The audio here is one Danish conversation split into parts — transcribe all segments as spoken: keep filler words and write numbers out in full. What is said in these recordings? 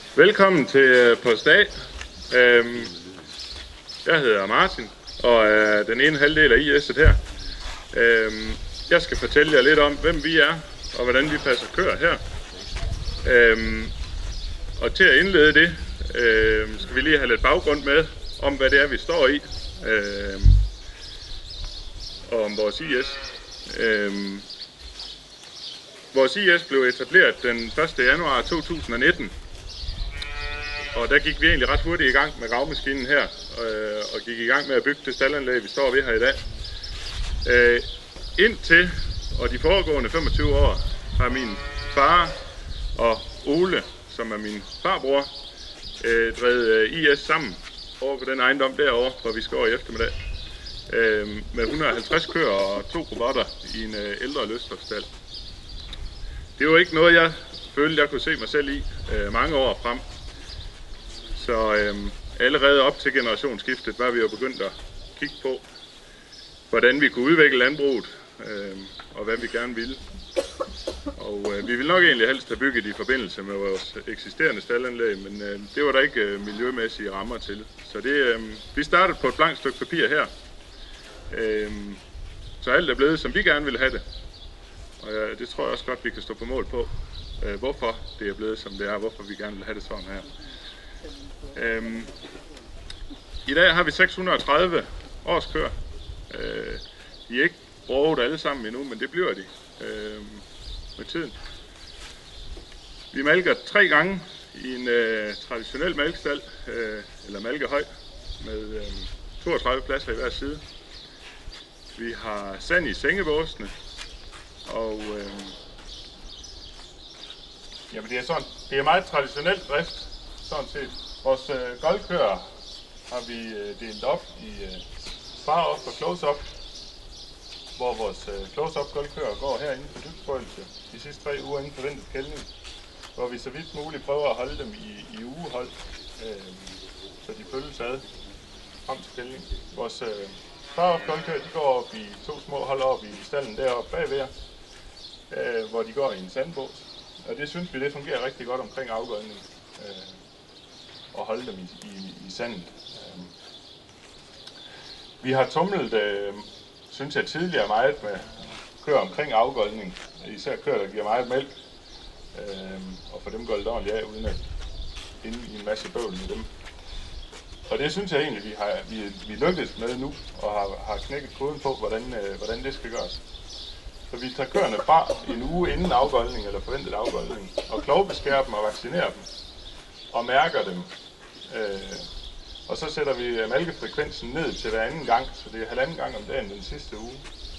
Velkommen til Post A. Øhm, jeg hedder Martin, og er den ene halvdel af I S'et her. Øhm, jeg skal fortælle jer lidt om, hvem vi er, og hvordan vi passer køer her. Øhm, og til at indlede det, øhm, skal vi lige have lidt baggrund med, om hvad det er, vi står i, øhm, og om vores I S. Øhm, vores I S blev etableret den første januar to tusind og nitten. Og der gik vi egentlig ret hurtigt i gang med gravemaskinen her, øh, og gik i gang med at bygge det staldanlæg, vi står ved her i dag. Øh, indtil, og de foregående femogtyve år, har min far og Ole, som er min farbror, øh, drevet øh, I S sammen over på den ejendom derovre, hvor vi skal over i eftermiddag. Øh, med et hundrede og halvtreds køer og to robotter i en øh, ældre løsdriftsstald. Det var ikke noget, jeg følte, jeg kunne se mig selv i øh, mange år frem. Så øhm, allerede op til generationsskiftet var vi jo begyndt at kigge på, hvordan vi kunne udvikle landbruget, øhm, og hvad vi gerne ville. Og øh, vi ville nok egentlig helst have bygget i forbindelse med vores eksisterende staldanlæg, men øh, det var der ikke øh, miljømæssige rammer til. Så det, øh, vi startede på et blankt stykke papir her, øhm, så alt er blevet, som vi gerne ville have det. Og øh, det tror jeg også godt, vi kan stå på mål på, øh, hvorfor det er blevet, som det er, og hvorfor vi gerne vil have det sådan her. Øhm, I dag har vi seks hundrede og tredive årskøer. Øh, de er ikke brugt alle sammen endnu, men det bliver de øh, med tiden. Vi malker tre gange i en øh, traditionel malkestal, øh, eller malkehøj, med øh, toogtredive pladser i hver side. Vi har sand i sengebåsene, og øh, jamen det er sådan, det er meget traditionel drift, sådan set. Vores øh, goldkøer har vi øh, delt op i øh, far-up og close-up, hvor vores øh, close-up goldkøer går herinde på dybsprøjelse de sidste tre uger inden forventet kældning, hvor vi så vidt muligt prøver at holde dem i, i ugehold, øh, så de følges ad frem til kældning. Vores øh, far-up goldkøer, de går op i to små hold op i stallen deroppe bagved, øh, hvor de går i en sandbås, og det synes vi, det fungerer rigtig godt omkring afgødning. Øh, og holde dem i, i, i sandet. Vi har tumlet, øh, synes jeg, tidligere meget med køer omkring afgoldning, især køer, der giver meget mælk, øh, og få dem goldt ordentligt af, uden at inde i en masse bøvl med dem. Og det synes jeg egentlig, vi har vi, vi lykkedes med nu, og har, har knækket koden på, hvordan, øh, hvordan det skal gøres. Så vi tager køerne fra en uge inden afgoldning, eller forventet afgoldning, og klovbeskærer dem og vaccinerer dem, og mærker dem. Øh, og så sætter vi mælkefrekvensen ned til hver anden gang, så det er halvanden gang om dagen den sidste uge.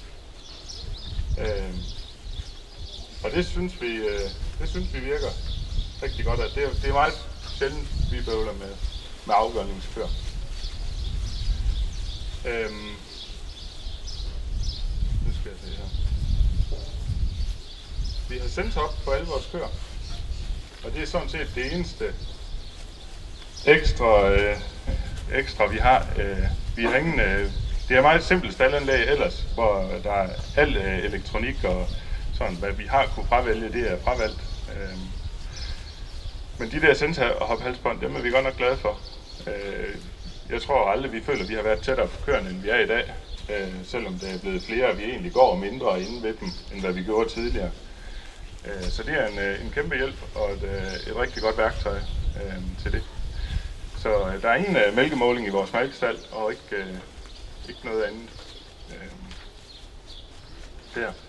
Øh, og det synes vi, øh, det synes vi virker rigtig godt. At det, er, det er meget sjældent, vi bøvler med, med afgørningskøer. Øh, nu skal jeg se her. Vi har sensor på alle vores køer, og det er sådan set det eneste ekstra, øh, ekstra vi har. Øh, vi har ingen, øh, det er meget simpelt staldanlæg ellers, hvor der er al øh, elektronik og sådan, hvad vi har kunne fravælge, det er fravalgt. Øh, men de der sensor og hophalsbånd, dem er vi godt nok glade for. Øh, jeg tror aldrig, vi føler, at vi har været tættere på køerne, end vi er i dag. Øh, selvom det er blevet flere, og vi egentlig går mindre inde ved dem, end hvad vi gjorde tidligere. Øh, så det er en, en kæmpe hjælp og et, et rigtig godt værktøj øh, til det. Så øh, der er ingen øh, mælkemåling i vores mælkestal, og ikke, øh, ikke noget andet øh, der.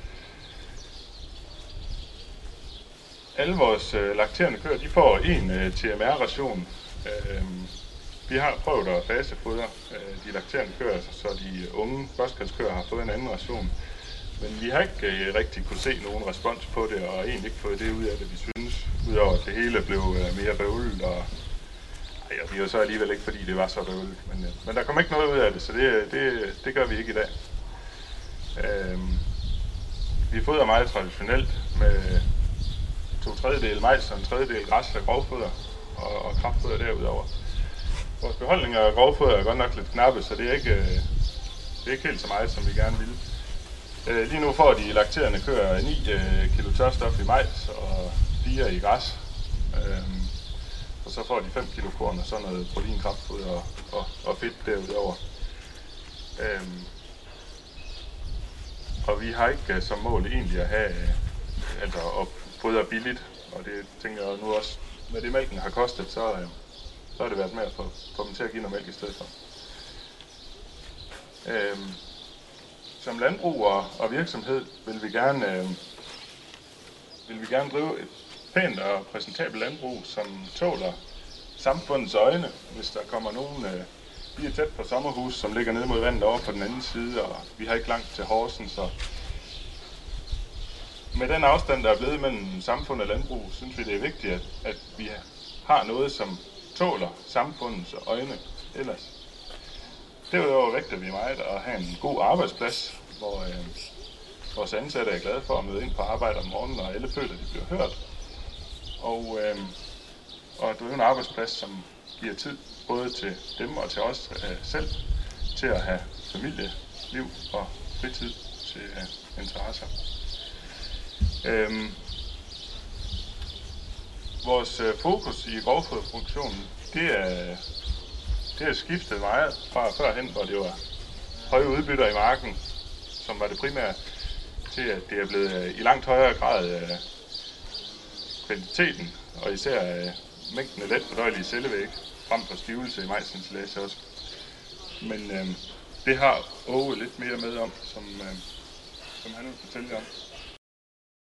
Alle vores øh, lakterende køer, de får en øh, T M R-ration. Øh, vi har prøvet at fasefodre øh, de lakterende køer, så de unge førstkaldskøer har fået en anden ration. Men vi har ikke øh, rigtig kunne se nogen respons på det, og egentlig ikke fået det ud af det, vi synes, udover at det hele blev øh, mere bøvlet. Og ja, det er jo så alligevel ikke, fordi det var så bøvlet, men, øh, men der kom ikke noget ud af det, så det, det, det gør vi ikke i dag. Øh, vi fodrer meget traditionelt med to tredjedel majs og en tredjedel græs og grovfoder og, og kraftfoder derudover. Vores beholdninger af grovfoder er godt nok lidt knappe, så det er ikke, øh, det er ikke helt så meget, som vi gerne ville. Øh, lige nu får de lakterende køer ni øh, kilo tørstof i majs og fire i græs. Øh, og og så får de fem kilo korn og så noget proteinkraftfoder og, og, og fedt derudover. Øhm, og vi har ikke som mål egentlig at have, altså at fodre billigt, og det tænker jeg nu også, med det mælken har kostet, så, så har det været med at få, få dem til at give noget mælk i stedet for. Øhm, som landbrug og, og virksomhed vil vi gerne, øh, vil vi gerne drive et pænt og præsentabelt landbrug, som tåler samfundets øjne, hvis der kommer nogen. Øh, vi er tæt på sommerhus, som ligger nede mod vandet over på den anden side, og vi har ikke langt til Horsens, så med den afstand, der er blevet mellem samfund og landbrug, synes vi, det er vigtigt, at, at vi har noget, som tåler samfundets øjne ellers. Derudover vægter vi meget at have en god arbejdsplads, hvor øh, vores ansatte er glade for at møde ind på arbejde om morgenen, og alle føler, at de bliver hørt. Og, øh, og at drive en arbejdsplads, som giver tid både til dem og til os øh, selv, til at have familieliv og fritid til øh, interesser. Øhm, vores øh, fokus i grovfoderproduktionen, det er, det er skiftet meget fra førhen, hvor det var høje udbytter i marken, som var det primære, til at det er blevet øh, i langt højere grad øh, kvaliteten, og især øh, mængden af let fordøjelige cellevæg, frem for stivelse i majsensilage også. Men øh, det har Åge lidt mere med om, som, øh, som han vil fortælle om.